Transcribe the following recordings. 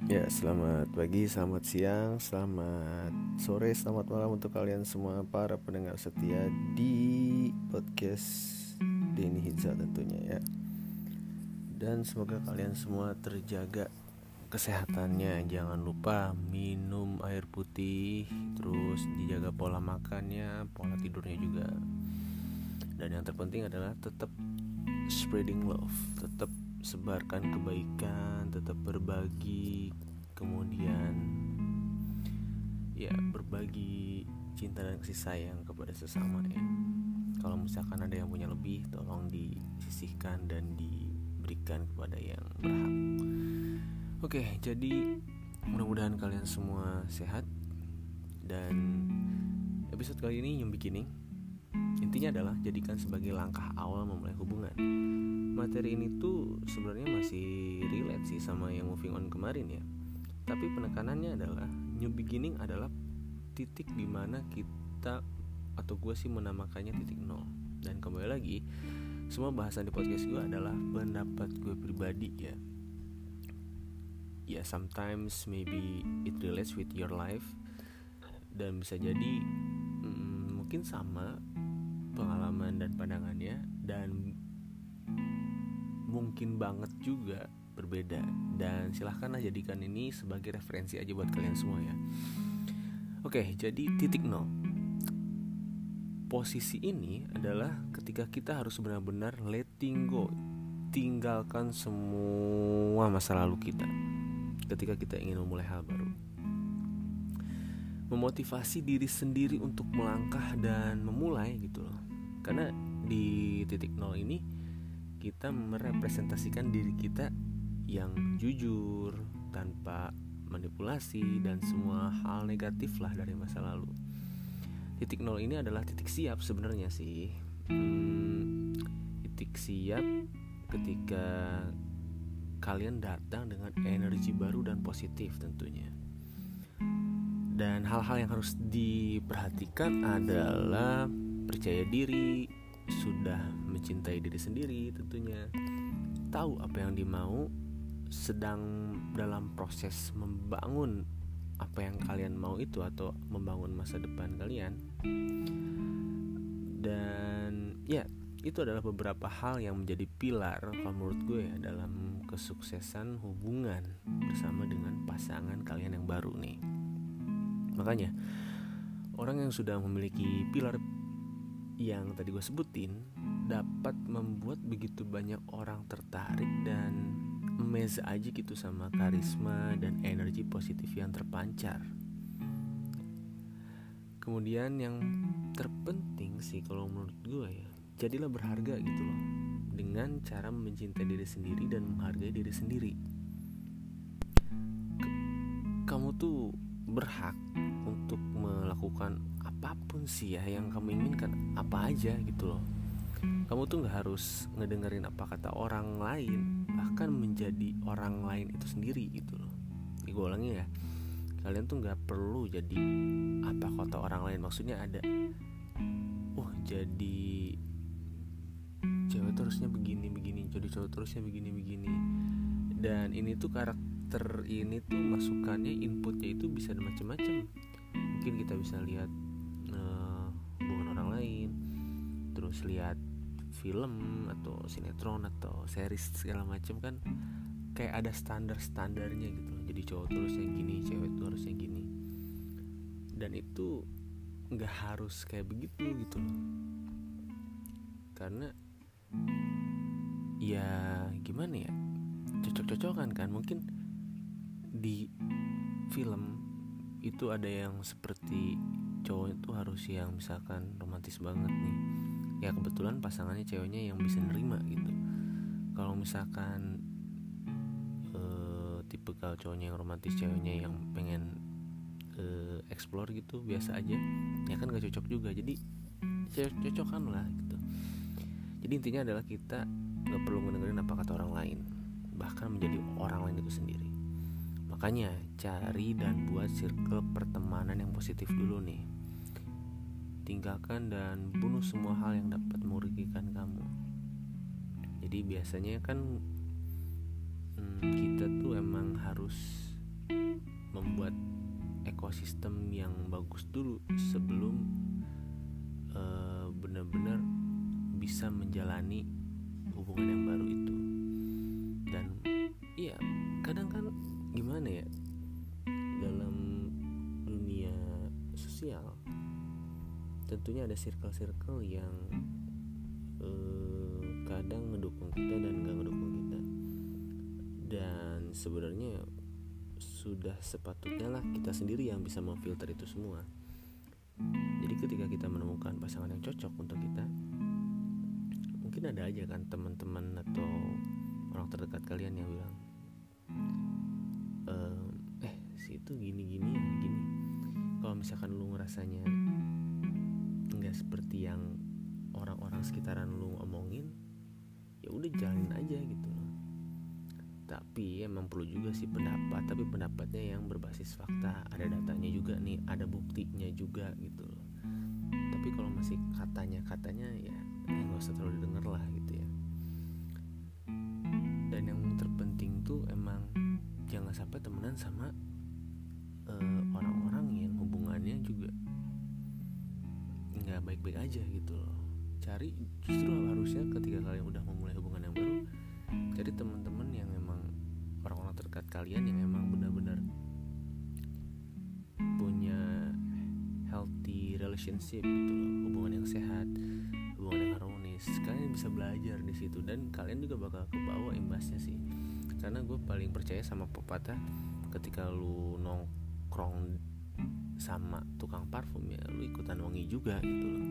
Ya, selamat pagi, selamat siang, selamat sore, selamat malam untuk kalian semua para pendengar setia di podcast Denny Hidza tentunya ya. Dan semoga kalian semua terjaga kesehatannya. Jangan lupa minum air putih, terus dijaga pola makannya, pola tidurnya juga. Dan yang terpenting adalah tetap spreading love, tetap sebarkan kebaikan, tetap berbagi, kemudian ya berbagi cinta dan kasih sayang kepada sesama ya. Kalau misalkan ada yang punya lebih, tolong disisihkan dan diberikan kepada yang berhak. Oke, jadi mudah-mudahan kalian semua sehat. Dan episode kali ini yang beginning, intinya adalah jadikan sebagai langkah awal memulai hubungan. Materi ini tuh sebenarnya masih relate sih sama yang moving on kemarin ya. Tapi penekanannya adalah new beginning adalah titik dimana kita, atau gue sih menamakannya titik nol. Dan kembali lagi, semua bahasan di podcast gue adalah pendapat gue pribadi ya. Ya, sometimes maybe it relates with your life. Dan bisa jadi mungkin sama pengalaman dan pandangannya, dan mungkin banget juga berbeda. Dan silahkanlah jadikan ini sebagai referensi aja buat kalian semua ya. Oke, jadi titik nol. Posisi ini adalah ketika kita harus benar-benar letting go, tinggalkan semua masa lalu kita ketika kita ingin memulai hal baru. Memotivasi diri sendiri untuk melangkah dan memulai gitu loh. Karena di titik nol ini kita merepresentasikan diri kita yang jujur, tanpa manipulasi dan semua hal negatif lah dari masa lalu. Titik nol ini adalah titik siap sebenarnya sih. Titik siap ketika kalian datang dengan energi baru dan positif tentunya. Dan hal-hal yang harus diperhatikan adalah percaya diri, sudah mencintai diri sendiri tentunya, tahu apa yang dimau, sedang dalam proses membangun apa yang kalian mau itu atau membangun masa depan kalian. Dan ya, itu adalah beberapa hal yang menjadi pilar kalau menurut gue ya dalam kesuksesan hubungan bersama dengan pasangan kalian yang baru nih. Makanya orang yang sudah memiliki pilar yang tadi gue sebutin dapat membuat begitu banyak orang tertarik dan amazed aja gitu sama karisma dan energi positif yang terpancar. Kemudian yang terpenting sih kalau menurut gue ya, jadilah berharga gitu loh, dengan cara mencintai diri sendiri dan menghargai diri sendiri. Kamu tuh berhak untuk melakukan apapun sih ya yang kamu inginkan, apa aja gitu loh. Kamu tuh gak harus ngedengerin apa kata orang lain, bahkan menjadi orang lain itu sendiri gitu loh. Gue ulangi ya, kalian tuh gak perlu jadi apa kata orang lain. Maksudnya ada, jadi cewek tuh harusnya begini-begini, jadi cowok tuh harusnya begini-begini. Dan ini tuh karakter ini tuh masukannya, inputnya itu bisa macam-macam. Mungkin kita bisa lihat hubungan orang lain, terus lihat film atau sinetron atau series segala macam kan, kayak ada standar-standarnya gitu loh. Jadi cowok tuh harusnya gini, cewek tuh harusnya gini. Dan itu nggak harus kayak begitu gitu loh. Karena ya gimana ya, cocok-cocokan kan. Mungkin di film itu ada yang seperti cowok itu harus yang misalkan romantis banget nih, ya kebetulan pasangannya ceweknya yang bisa nerima gitu. Kalau misalkan tipikal cowoknya yang romantis, ceweknya yang pengen explore gitu, biasa aja, ya kan gak cocok juga. Jadi cocokan lah gitu. Jadi intinya adalah kita gak perlu mendengarin apa kata orang lain, bahkan menjadi orang lain itu sendiri. Makanya cari dan buat circle pertemanan yang positif dulu nih. Tinggalkan dan bunuh semua hal yang dapat merugikan kamu. Jadi biasanya kan kita tuh emang harus ekosistem yang bagus dulu sebelum benar-benar bisa menjalani hubungan yang baru itu. Dan iya, kadang kan gimana ya, dalam dunia sosial tentunya ada circle-circle yang kadang ngedukung kita dan gak ngedukung kita. Dan sebenarnya sudah sepatutnya lah kita sendiri yang bisa memfilter itu semua. Jadi ketika kita menemukan pasangan yang cocok untuk kita, mungkin ada aja kan teman-teman atau orang terdekat kalian yang bilang, si itu gini. Kalau misalkan lu ngerasanya nggak seperti yang orang-orang sekitaran lu omongin, ya udah jalanin aja gitu loh. Tapi emang perlu juga sih pendapat, tapi pendapatnya yang berbasis fakta, ada datanya juga nih, ada buktinya juga gitu loh. Tapi kalau masih katanya ya nggak usah terlalu didengar lah gitu ya. Dan yang terpenting tuh emang jangan sampai temenan sama orang-orang yang hubungannya juga nggak baik-baik aja gitu loh. Justru harusnya ketika kalian udah memulai hubungan yang baru, cari teman-teman yang memang orang-orang terdekat kalian yang memang benar-benar punya healthy relationship gitu loh, hubungan yang sehat, hubungan yang harmonis. Kalian bisa belajar di situ dan kalian juga bakal kebawa imbasnya sih. Karena gue paling percaya sama pepatah, ketika lu nongkrong sama tukang parfum ya lu ikutan wangi juga gitu loh.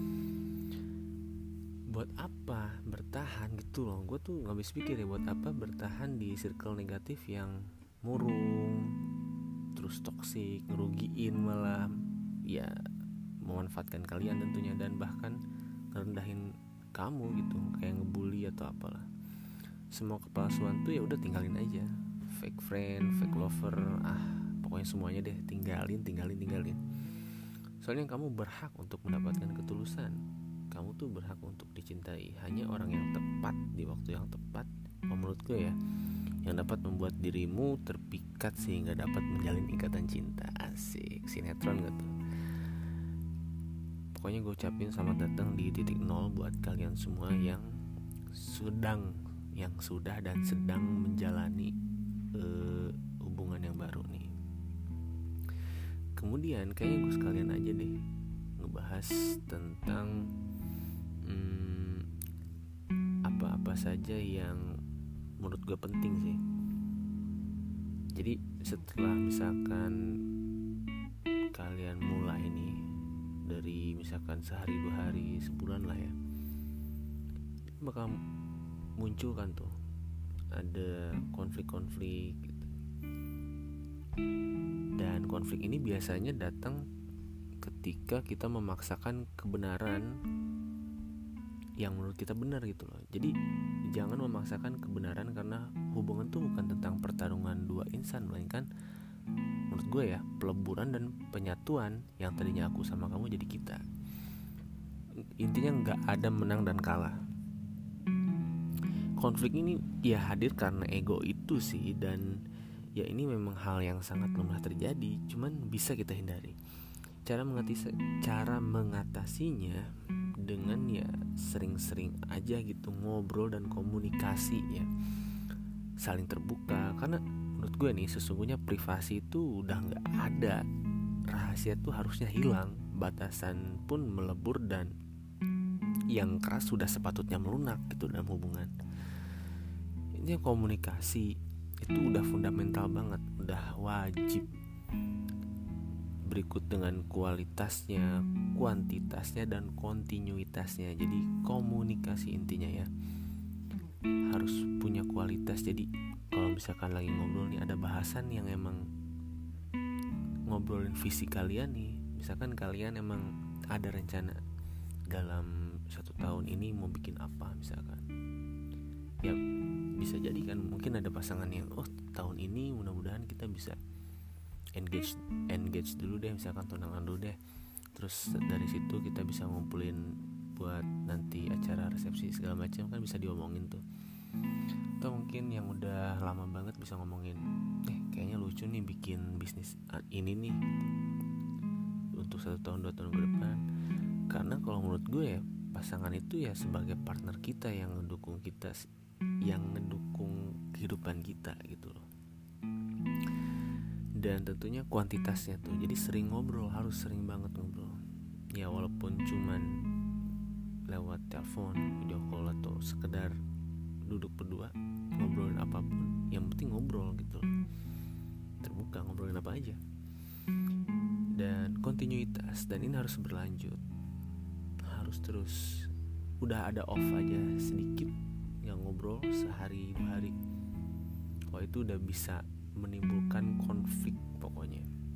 Buat apa bertahan gitu loh, gue tuh gak bisa pikir ya, buat apa bertahan di circle negatif yang murung, terus toksik, ngerugiin, malah ya memanfaatkan kalian tentunya, dan bahkan ngerendahin kamu gitu, kayak ngebully atau apalah. Semua kepalsuan tuh ya udah tinggalin aja, fake friend, fake lover, pokoknya semuanya deh tinggalin. Soalnya kamu berhak untuk mendapatkan ketulusan. Kamu tuh berhak untuk dicintai. Hanya orang yang tepat di waktu yang tepat, menurut gue ya, yang dapat membuat dirimu terpikat sehingga dapat menjalin ikatan cinta. Asik, sinetron gak tuh? Pokoknya gue ucapin selamat datang di titik nol buat kalian semua yang sudah dan sedang menjalani hubungan yang baru nih. Kemudian kayaknya gue sekalian aja deh ngebahas tentang apa-apa saja yang menurut gue penting sih. Jadi setelah misalkan kalian mulai nih dari misalkan sehari, 2 hari, sebulan lah ya, bakal muncul kan tuh ada konflik-konflik gitu. Dan konflik ini biasanya datang ketika kita memaksakan kebenaran yang menurut kita benar gitu loh. Jadi jangan memaksakan kebenaran, karena hubungan tuh bukan tentang pertarungan dua insan, melainkan menurut gue ya peleburan dan penyatuan yang tadinya aku sama kamu jadi kita. Intinya gak ada menang dan kalah. Konflik ini ya hadir karena ego itu sih, dan ya ini memang hal yang sangat lumrah terjadi, cuman bisa kita hindari. Cara mengatasinya dengan ya sering-sering aja gitu ngobrol dan komunikasi ya, saling terbuka. Karena menurut gue nih sesungguhnya privasi itu udah gak ada, rahasia tuh harusnya hilang, batasan pun melebur, dan yang keras sudah sepatutnya melunak gitu dalam hubungan. Ini komunikasi itu udah fundamental banget, udah wajib. Berikut dengan kualitasnya, kuantitasnya, dan kontinuitasnya. Jadi komunikasi intinya ya harus punya kualitas. Jadi kalau misalkan lagi ngobrol nih, ada bahasan yang emang ngobrolin visi kalian nih. Misalkan kalian emang ada rencana dalam 1 tahun ini mau bikin apa misalkan, ya bisa jadi kan mungkin ada pasangan yang tahun ini mudah-mudahan kita bisa engage dulu deh, misalkan tunangan dulu deh, terus dari situ kita bisa ngumpulin buat nanti acara resepsi segala macam, kan bisa diomongin tuh. Atau mungkin yang udah lama banget bisa ngomongin, kayaknya lucu nih bikin bisnis ini nih untuk 1 tahun 2 tahun ke depan. Karena kalau menurut gue ya, pasangan itu ya sebagai partner kita yang ngedukung kita, yang ngedukung kehidupan kita gitu loh. Dan tentunya kuantitasnya tuh, jadi sering ngobrol, harus sering banget ngobrol. Ya walaupun cuman lewat telepon, video call, atau sekedar duduk berdua ngobrolin apapun, yang penting ngobrol gitu loh. Terbuka, ngobrolin apa aja. Dan kontinuitas, dan ini harus berlanjut, harus terus. Udah ada off aja sedikit, nggak ngobrol sehari 2 hari, itu udah bisa menimbulkan konflik pokoknya.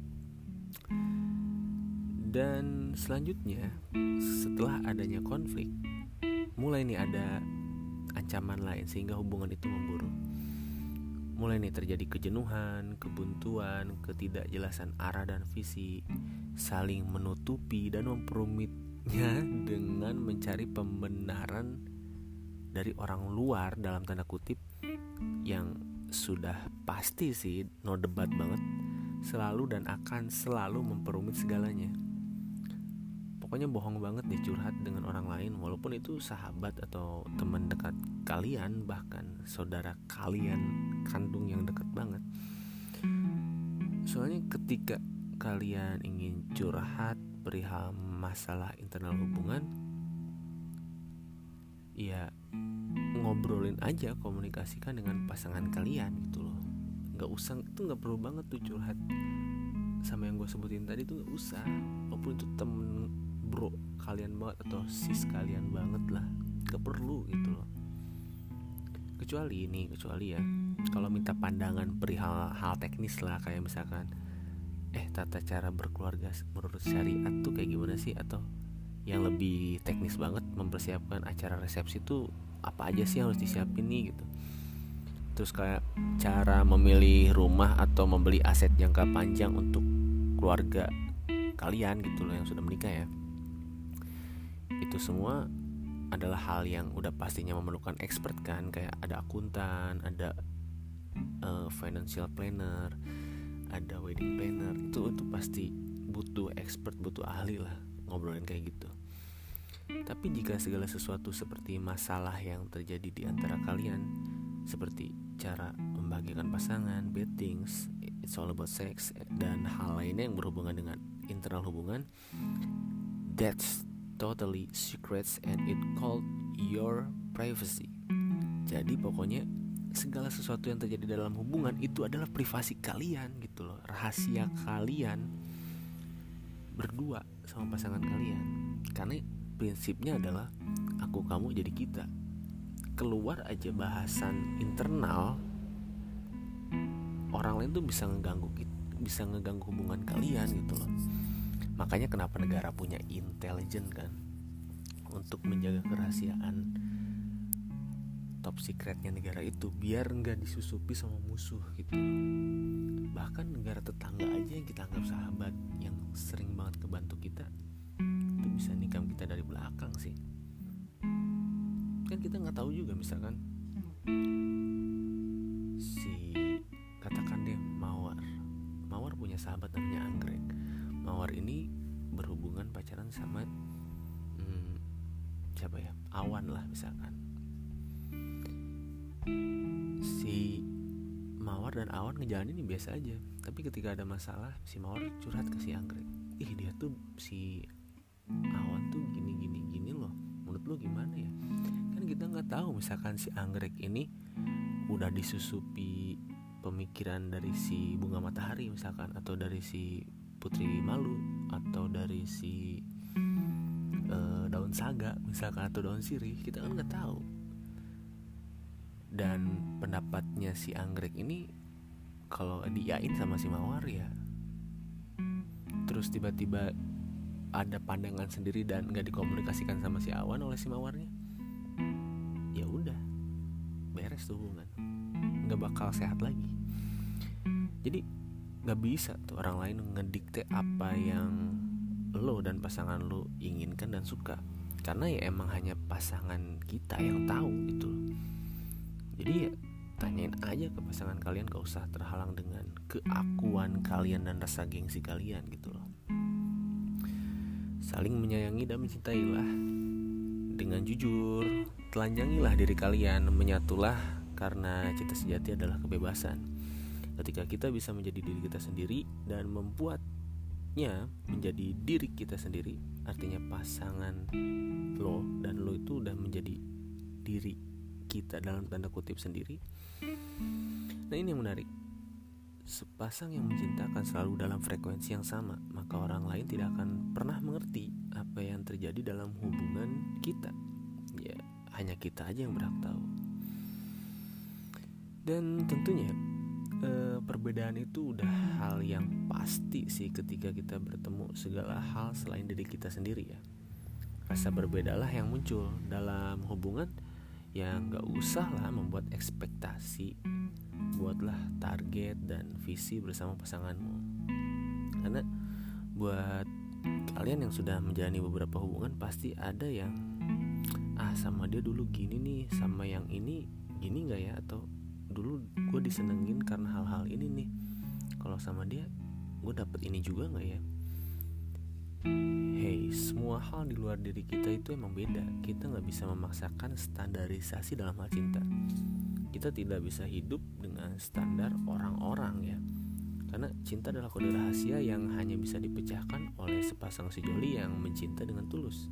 Dan selanjutnya, setelah adanya konflik, mulai nih ada ancaman lain sehingga hubungan itu memburuk. Mulai nih terjadi kejenuhan, kebuntuan, ketidakjelasan arah dan visi, saling menutupi dan memperumitnya dengan mencari pembenaran dari orang luar, dalam tanda kutip, yang sudah pasti sih no debat banget, selalu dan akan selalu memperumit segalanya. Pokoknya bohong banget deh curhat dengan orang lain, walaupun itu sahabat atau teman dekat kalian, bahkan saudara kalian kandung yang dekat banget. Soalnya ketika kalian ingin curhat perihal masalah internal hubungan, ya ngobrolin aja, komunikasikan dengan pasangan kalian gitu loh. Gak usah, itu gak perlu banget tuh curhat sama yang gue sebutin tadi tuh, gak usah. Walaupun itu temen bro kalian banget atau sis kalian banget lah, gak perlu gitu loh. Kecuali ya, kalau minta pandangan perihal hal teknis lah, kayak misalkan tata cara berkeluarga menurut syariat tuh kayak gimana sih, atau yang lebih teknis banget, mempersiapkan acara resepsi tuh apa aja sih yang harus disiapin nih gitu. Terus kayak cara memilih rumah atau membeli aset jangka panjang untuk keluarga kalian gitu loh, yang sudah menikah ya. Itu semua adalah hal yang udah pastinya memerlukan expert kan, kayak ada akuntan, ada financial planner, ada wedding planner. Itu pasti butuh expert, butuh ahli lah ngobrolin kayak gitu. Tapi jika segala sesuatu seperti masalah yang terjadi di antara kalian, seperti cara membagikan pasangan, bad things, it's all about sex, dan hal lainnya yang berhubungan dengan internal hubungan, that's totally secrets and it called your privacy. Jadi pokoknya segala sesuatu yang terjadi dalam hubungan itu adalah privasi kalian gitu loh, rahasia kalian berdua sama pasangan kalian. Karena prinsipnya adalah aku kamu jadi kita. Keluar aja bahasan internal, orang lain tuh bisa ngeganggu hubungan kalian gitu loh. Makanya kenapa negara punya intelijen kan, untuk menjaga kerahasiaan top secretnya negara itu, biar nggak disusupi sama musuh gitu. Bahkan negara tetangga aja yang kita anggap sahabat, yang sering banget ngebantu kita, itu bisa nikam kita dari belakang sih. Kan kita nggak tahu juga, misalkan katakan deh Mawar punya sahabat namanya Anggrek. Mawar ini berhubungan pacaran sama siapa ya, Awan lah misalkan. Si Mawar dan Awan ngejalanin ini biasa aja, tapi ketika ada masalah si Mawar curhat ke si Anggrek, dia tuh si Awan tuh gini loh, menurut lu gimana ya? Kan kita nggak tahu, misalkan si Anggrek ini udah disusupi pemikiran dari si Bunga Matahari misalkan, atau dari si Putri Malu, atau dari si Daun Saga misalkan, atau Daun Sirih, kita kan nggak tahu. Dan pendapatnya si Anggrek ini kalau diain sama si Mawar ya, terus tiba-tiba ada pandangan sendiri dan nggak dikomunikasikan sama si Awan oleh si Mawarnya, ya udah beres tuh hubungan, nggak bakal sehat lagi. Jadi nggak bisa tuh orang lain ngedikte apa yang lo dan pasangan lo inginkan dan suka, karena ya emang hanya pasangan kita yang tahu itu. Jadi ya tanyain aja ke pasangan kalian, gak usah terhalang dengan keakuan kalian dan rasa gengsi kalian gitu loh. Saling menyayangi dan mencintailah dengan jujur. Telanjangilah diri kalian, menyatulah, karena cinta sejati adalah kebebasan. Ketika kita bisa menjadi diri kita sendiri dan membuatnya menjadi diri kita sendiri, artinya pasangan lo dan lo itu udah menjadi diri kita dalam tanda kutip sendiri. Nah, ini yang menarik. Sepasang yang mencinta akan selalu dalam frekuensi yang sama, maka orang lain tidak akan pernah mengerti apa yang terjadi dalam hubungan kita. Ya, hanya kita aja yang berhak tahu. Dan tentunya perbedaan itu udah hal yang pasti sih ketika kita bertemu segala hal selain diri kita sendiri ya. Rasa berbedalah yang muncul dalam hubungan. Yang gak usah lah membuat ekspektasi, buatlah target dan visi bersama pasanganmu. Karena buat kalian yang sudah menjalani beberapa hubungan, pasti ada yang sama dia dulu gini nih, sama yang ini gini gak ya, atau dulu gue disenengin karena hal-hal ini nih, kalau sama dia gue dapet ini juga gak ya. Hey, semua hal di luar diri kita itu emang beda. Kita gak bisa memaksakan standarisasi dalam hal cinta. Kita tidak bisa hidup dengan standar orang-orang ya. Karena cinta adalah kode rahasia yang hanya bisa dipecahkan oleh sepasang sejoli yang mencinta dengan tulus.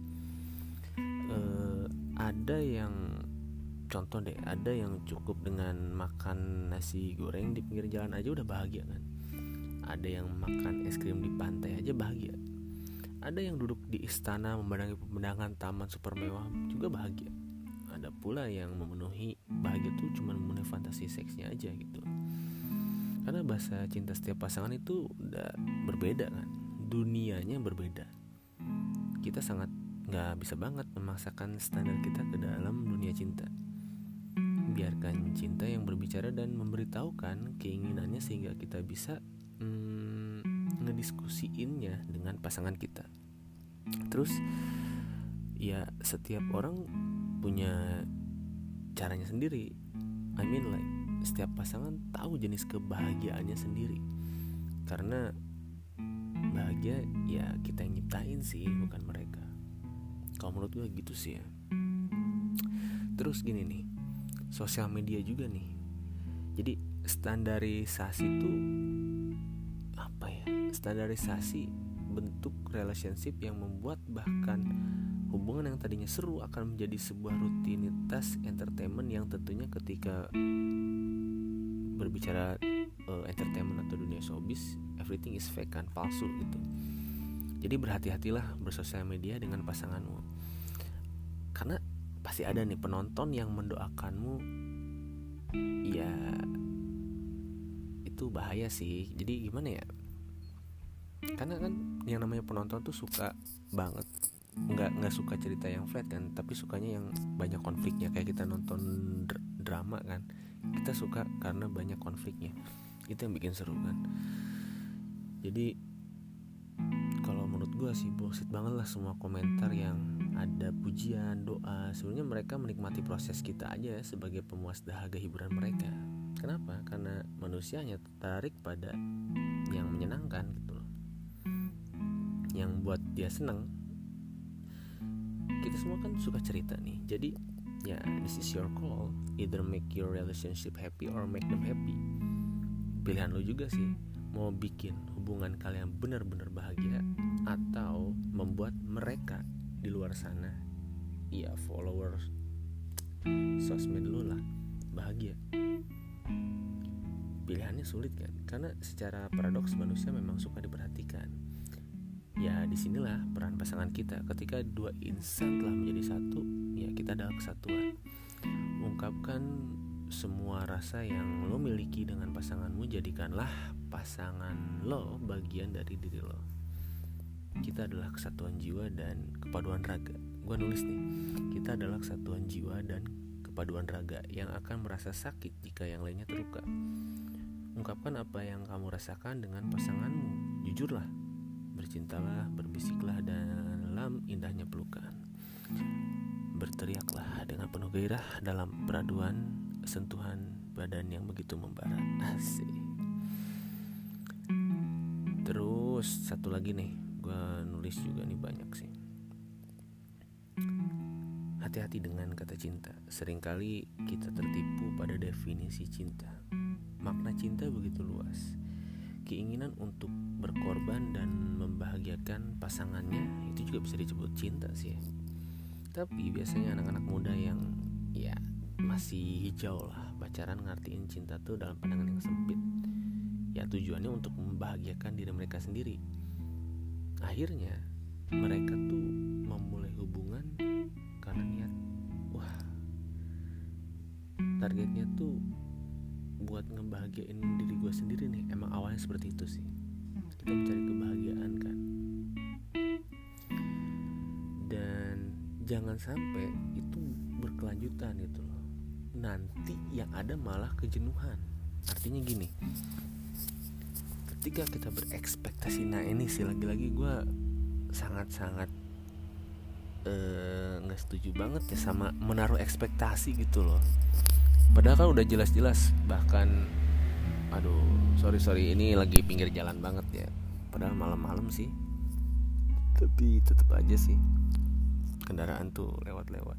Ada yang contoh deh, ada yang cukup dengan makan nasi goreng di pinggir jalan aja udah bahagia kan. Ada yang makan es krim di pantai aja bahagia. Ada yang duduk di istana memandangi pemandangan taman super mewah juga bahagia. Ada pula yang memenuhi bahagia tuh cuma memenuhi fantasi seksnya aja gitu. Karena bahasa cinta setiap pasangan itu udah berbeda kan. Dunianya berbeda. Kita sangat gak bisa banget memaksakan standar kita ke dalam dunia cinta. Biarkan cinta yang berbicara dan memberitahukan keinginannya sehingga kita bisa ngediskusiinnya dengan pasangan kita. Terus ya setiap orang punya caranya sendiri. I mean like setiap pasangan tahu jenis kebahagiaannya sendiri. Karena bahagia ya kita yang nyiptain sih, bukan mereka. Kalau menurut gue gitu sih ya. Terus gini nih, sosial media juga nih. Jadi standarisasi itu apa ya? Standarisasi bentuk relationship yang membuat bahkan hubungan yang tadinya seru akan menjadi sebuah rutinitas entertainment yang tentunya ketika berbicara entertainment atau dunia showbiz, everything is fake kan, palsu gitu. Jadi berhati-hatilah bersosial media dengan pasanganmu. Karena pasti ada nih penonton yang mendoakanmu. Ya itu bahaya sih. Jadi gimana ya? Karena kan yang namanya penonton tuh suka banget, nggak suka cerita yang flat kan, tapi sukanya yang banyak konfliknya. Kayak kita nonton drama kan, kita suka karena banyak konfliknya. Itu yang bikin seru kan. Jadi kalau menurut gue sih bullshit banget lah semua komentar yang ada pujian, doa. Sebenarnya mereka menikmati proses kita aja sebagai pemuas dahaga hiburan mereka. Kenapa? Karena manusia hanya tertarik pada yang menyenangkan gitu loh, yang buat dia senang. Kita semua kan suka cerita nih. Jadi ya this is your call. Either make your relationship happy or make them happy. Pilihan lo juga sih, mau bikin hubungan kalian benar-benar bahagia atau membuat mereka di luar sana, ya followers sosmed lo lah, bahagia. Pilihannya sulit kan, karena secara paradoks manusia memang suka diperhatikan. Ya disinilah peran pasangan kita. Ketika dua insan telah menjadi satu, ya kita adalah kesatuan. Ungkapkan semua rasa yang lo miliki dengan pasanganmu. Jadikanlah pasangan lo bagian dari diri lo. Kita adalah kesatuan jiwa dan kepaduan raga. Gue nulis nih, kita adalah kesatuan jiwa dan kepaduan raga yang akan merasa sakit jika yang lainnya terluka. Ungkapkan apa yang kamu rasakan dengan pasanganmu. Jujurlah, bercintalah, berbisiklah dalam indahnya pelukan. Berteriaklah dengan penuh gairah dalam peraduan sentuhan badan yang begitu membara. Asik. Terus satu lagi nih, gue nulis juga nih banyak sih. Hati-hati dengan kata cinta. Seringkali kita tertipu pada definisi cinta. Makna cinta begitu luas. Keinginan untuk berkorban dan membahagiakan pasangannya itu juga bisa disebut cinta sih ya. Tapi biasanya anak-anak muda yang ya masih hijau lah, pacaran ngartiin cinta tuh dalam pandangan yang sempit. Ya tujuannya untuk membahagiakan diri mereka sendiri. Akhirnya mereka tuh memulai hubungan karena niat, wah, targetnya tuh buat ngebahagiain diri gue sendiri nih. Emang awalnya seperti itu sih, kita mencari kebahagiaan kan. Dan jangan sampai itu berkelanjutan gitu loh. Nanti yang ada malah kejenuhan. Artinya gini, ketika kita berekspektasi, nah ini sih lagi-lagi gue sangat-sangat gak setuju banget ya sama menaruh ekspektasi gitu loh. Padahal kan udah jelas-jelas, bahkan sorry ini lagi pinggir jalan banget ya, padahal malam-malam sih, tapi tetap aja sih kendaraan tuh lewat-lewat.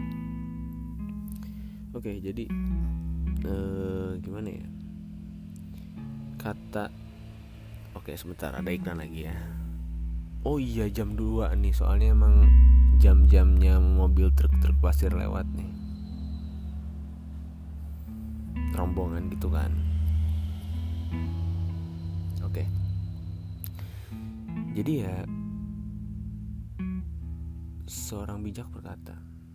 Oke, jadi gimana ya, oke sebentar, ada iklan lagi ya. Oh iya, jam 2 nih, soalnya emang jam-jamnya mobil truk pasir lewat nih, rombongan gitu kan. Oke. Jadi ya, seorang bijak berkata,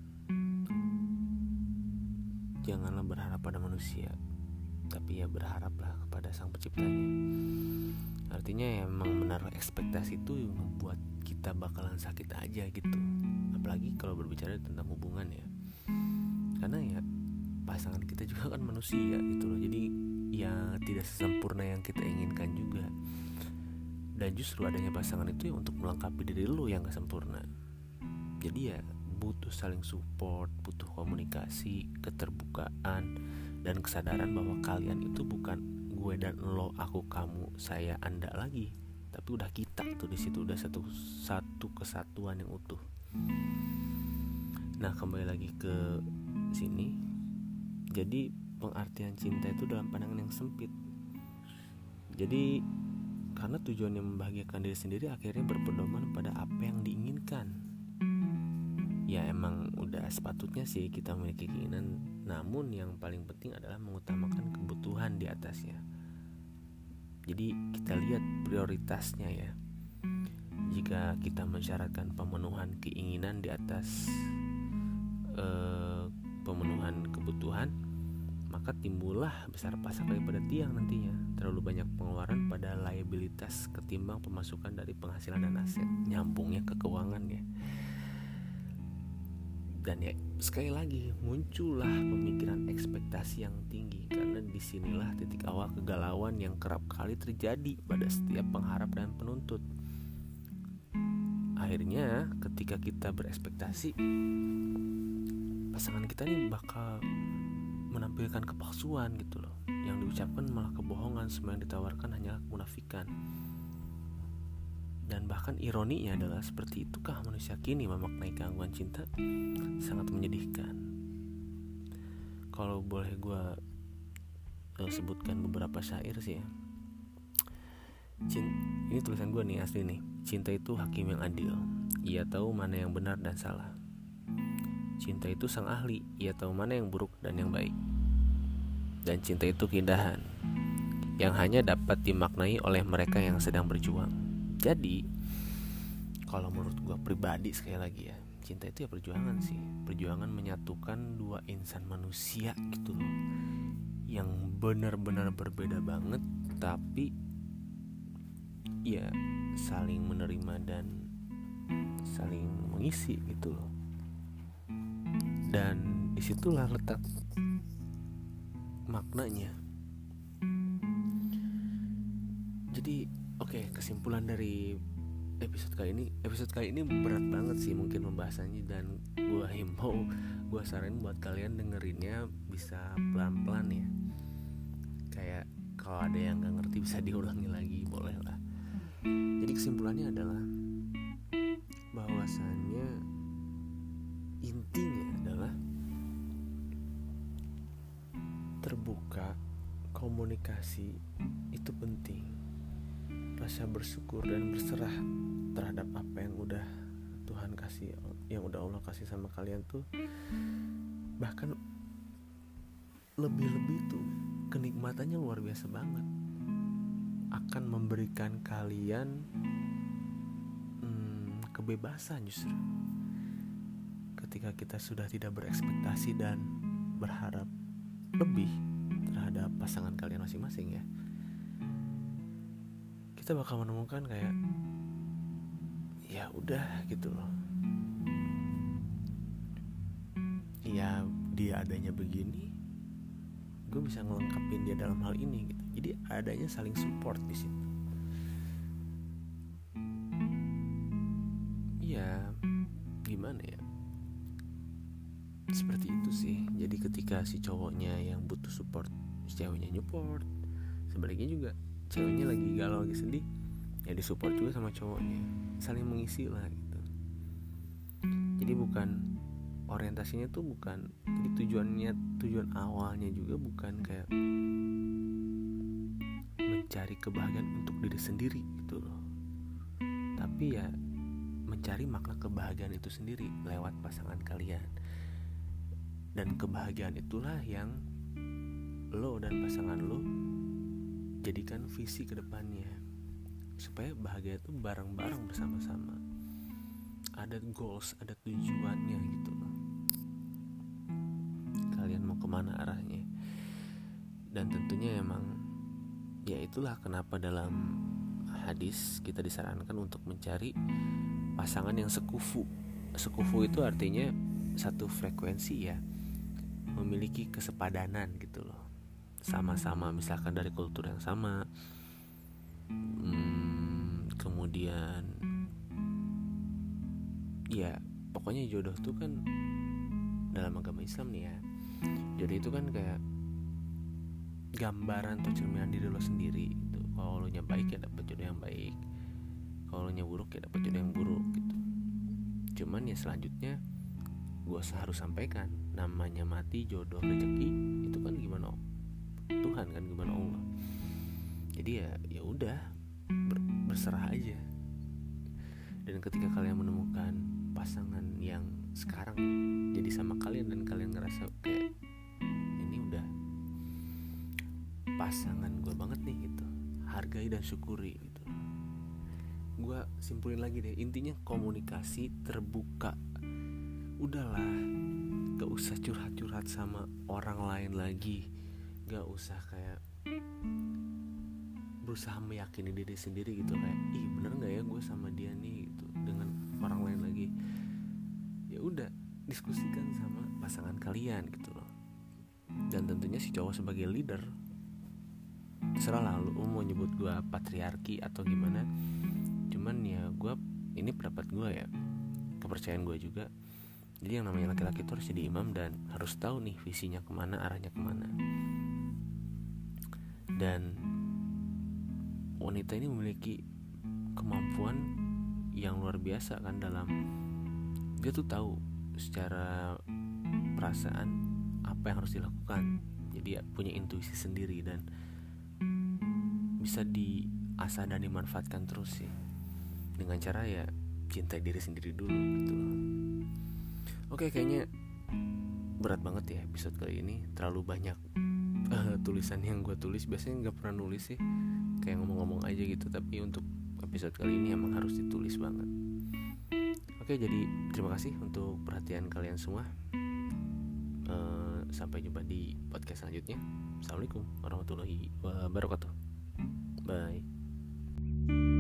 janganlah berharap pada manusia, tapi ya berharaplah kepada sang penciptanya. Artinya ya, emang menaruh ekspektasi itu membuat kita bakalan sakit aja gitu. Apalagi kalau berbicara tentang hubungan ya. Karena ya pasangan kita juga kan manusia gitu loh. Jadi ya tidak sesempurna yang kita inginkan juga. Dan justru adanya pasangan itu ya untuk melengkapi diri lo yang gak sempurna. Jadi ya butuh saling support, butuh komunikasi, keterbukaan, dan kesadaran bahwa kalian itu bukan gue dan lo, aku, kamu, saya, anda lagi, tapi udah kita tuh di situ, udah satu kesatuan yang utuh. Nah, kembali lagi ke sini. Jadi pengertian cinta itu dalam pandangan yang sempit. Jadi karena tujuannya membahagiakan diri sendiri, akhirnya berpedoman pada apa yang diinginkan. Ya emang udah sepatutnya sih kita memiliki keinginan, namun yang paling penting adalah mengutamakan kebutuhan di atasnya. Jadi kita lihat prioritasnya ya. Jika kita mensyaratkan pemenuhan keinginan di atas pemenuhan kebutuhan, maka timbullah besar pasak daripada tiang nantinya. Terlalu banyak pengeluaran pada liabilitas ketimbang pemasukan dari penghasilan dan aset. Nyambungnya ke keuangan ya. Dan ya sekali lagi muncullah pemikiran ekspektasi yang tinggi, karena disinilah titik awal kegalauan yang kerap kali terjadi pada setiap pengharap dan penuntut. Akhirnya ketika kita berekspektasi, pasangan kita nih bakal menampilkan kepalsuan gitu loh. Yang diucapkan malah kebohongan, semua yang ditawarkan hanyalah kemunafikan. Dan bahkan ironinya adalah seperti itukah manusia kini memaknai gangguan cinta? Sangat menyedihkan. Kalau boleh gue sebutkan beberapa syair sih ya. Ini tulisan gue nih, asli nih. Cinta itu hakim yang adil, ia tahu mana yang benar dan salah. Cinta itu sang ahli, ia tahu mana yang buruk dan yang baik. Dan cinta itu keindahan yang hanya dapat dimaknai oleh mereka yang sedang berjuang. Jadi kalau menurut gue pribadi, sekali lagi ya, cinta itu ya perjuangan sih. Perjuangan menyatukan dua insan manusia gitu loh, yang benar-benar berbeda banget, tapi ya saling menerima dan saling mengisi gitu loh. Dan disitulah letak maknanya. Jadi oke, kesimpulan dari episode kali ini berat banget sih mungkin pembahasannya, dan gue himbau, gue saranin buat kalian dengerinnya bisa pelan-pelan ya. Kayak kalau ada yang nggak ngerti bisa diulangi lagi, boleh lah. Jadi kesimpulannya adalah bahwasannya intinya adalah terbuka, komunikasi itu penting. Rasa bersyukur dan berserah terhadap apa yang udah Tuhan kasih, yang udah Allah kasih sama kalian tuh, bahkan lebih-lebih tuh kenikmatannya luar biasa banget. Akan memberikan kalian kebebasan justru. Ketika kita sudah tidak berekspektasi dan berharap lebih terhadap pasangan kalian masing-masing ya, kita bakal menemukan kayak ya udah gitu loh, ya dia adanya begini, gue bisa ngelengkapin dia dalam hal ini gitu. Jadi adanya saling support di situ. Ya gimana ya, seperti itu sih. Jadi ketika si cowoknya yang butuh support, si ceweknya support. Sebaliknya juga, ceweknya lagi galau, lagi sedih, ya disupport juga sama cowoknya. Saling mengisi lah gitu. Jadi bukan, orientasinya tuh bukan, jadi tujuan awalnya juga bukan kayak mencari kebahagiaan untuk diri sendiri gitu loh, tapi ya mencari makna kebahagiaan itu sendiri lewat pasangan kalian. Dan kebahagiaan itulah yang lo dan pasangan lo jadikan visi ke depannya, supaya bahagia itu bareng-bareng bersama-sama. Ada goals, ada tujuannya gitu loh. Kalian mau kemana arahnya. Dan tentunya emang ya itulah kenapa dalam hadis kita disarankan untuk mencari pasangan yang sekufu. Sekufu itu artinya satu frekuensi ya, memiliki kesepadanan gitu loh, sama-sama misalkan dari kultur yang sama, kemudian ya pokoknya jodoh tuh kan dalam agama Islam nih ya, jodoh itu kan kayak gambaran atau cerminan diri lo sendiri gitu. Kalau lo nya baik ya dapet jodoh yang baik, kalau lo nya buruk ya dapet jodoh yang buruk gitu. Cuman ya selanjutnya gue harus sampaikan, namanya mati, jodoh, rezeki itu kan gimana Tuhan kan, gimana Allah. Jadi ya udah berserah aja. Dan ketika kalian menemukan pasangan yang sekarang jadi sama kalian dan kalian ngerasa kayak ini udah pasangan gue banget nih gitu, hargai dan syukuri gitu. Gue simpulin lagi deh, intinya komunikasi terbuka. Udahlah, gak usah curhat-curhat sama orang lain lagi, gak usah kayak berusaha meyakini diri sendiri gitu, kayak ih bener gak ya gue sama dia nih gitu dengan orang lain lagi. Ya udah, diskusikan sama pasangan kalian gitu loh. Dan tentunya si cowok sebagai leader, terserah lah lu mau nyebut gue patriarki atau gimana. Cuman ya gue, ini pendapat gue ya, kepercayaan gue juga. Jadi yang namanya laki-laki itu harus jadi imam dan harus tahu nih visinya kemana, arahnya kemana. Dan wanita ini memiliki kemampuan yang luar biasa kan, dalam dia tuh tahu secara perasaan apa yang harus dilakukan. Jadi ya punya intuisi sendiri dan bisa diasah dan dimanfaatkan terus sih, dengan cara ya cintai diri sendiri dulu gitu loh. Oke, kayaknya berat banget ya episode kali ini, terlalu banyak tulisan yang gue tulis. Biasanya gak pernah nulis sih, kayak ngomong-ngomong aja gitu, tapi untuk episode kali ini emang harus ditulis banget. Oke, jadi terima kasih untuk perhatian kalian semua. Sampai jumpa di podcast selanjutnya. Assalamualaikum warahmatullahi wabarakatuh. Bye.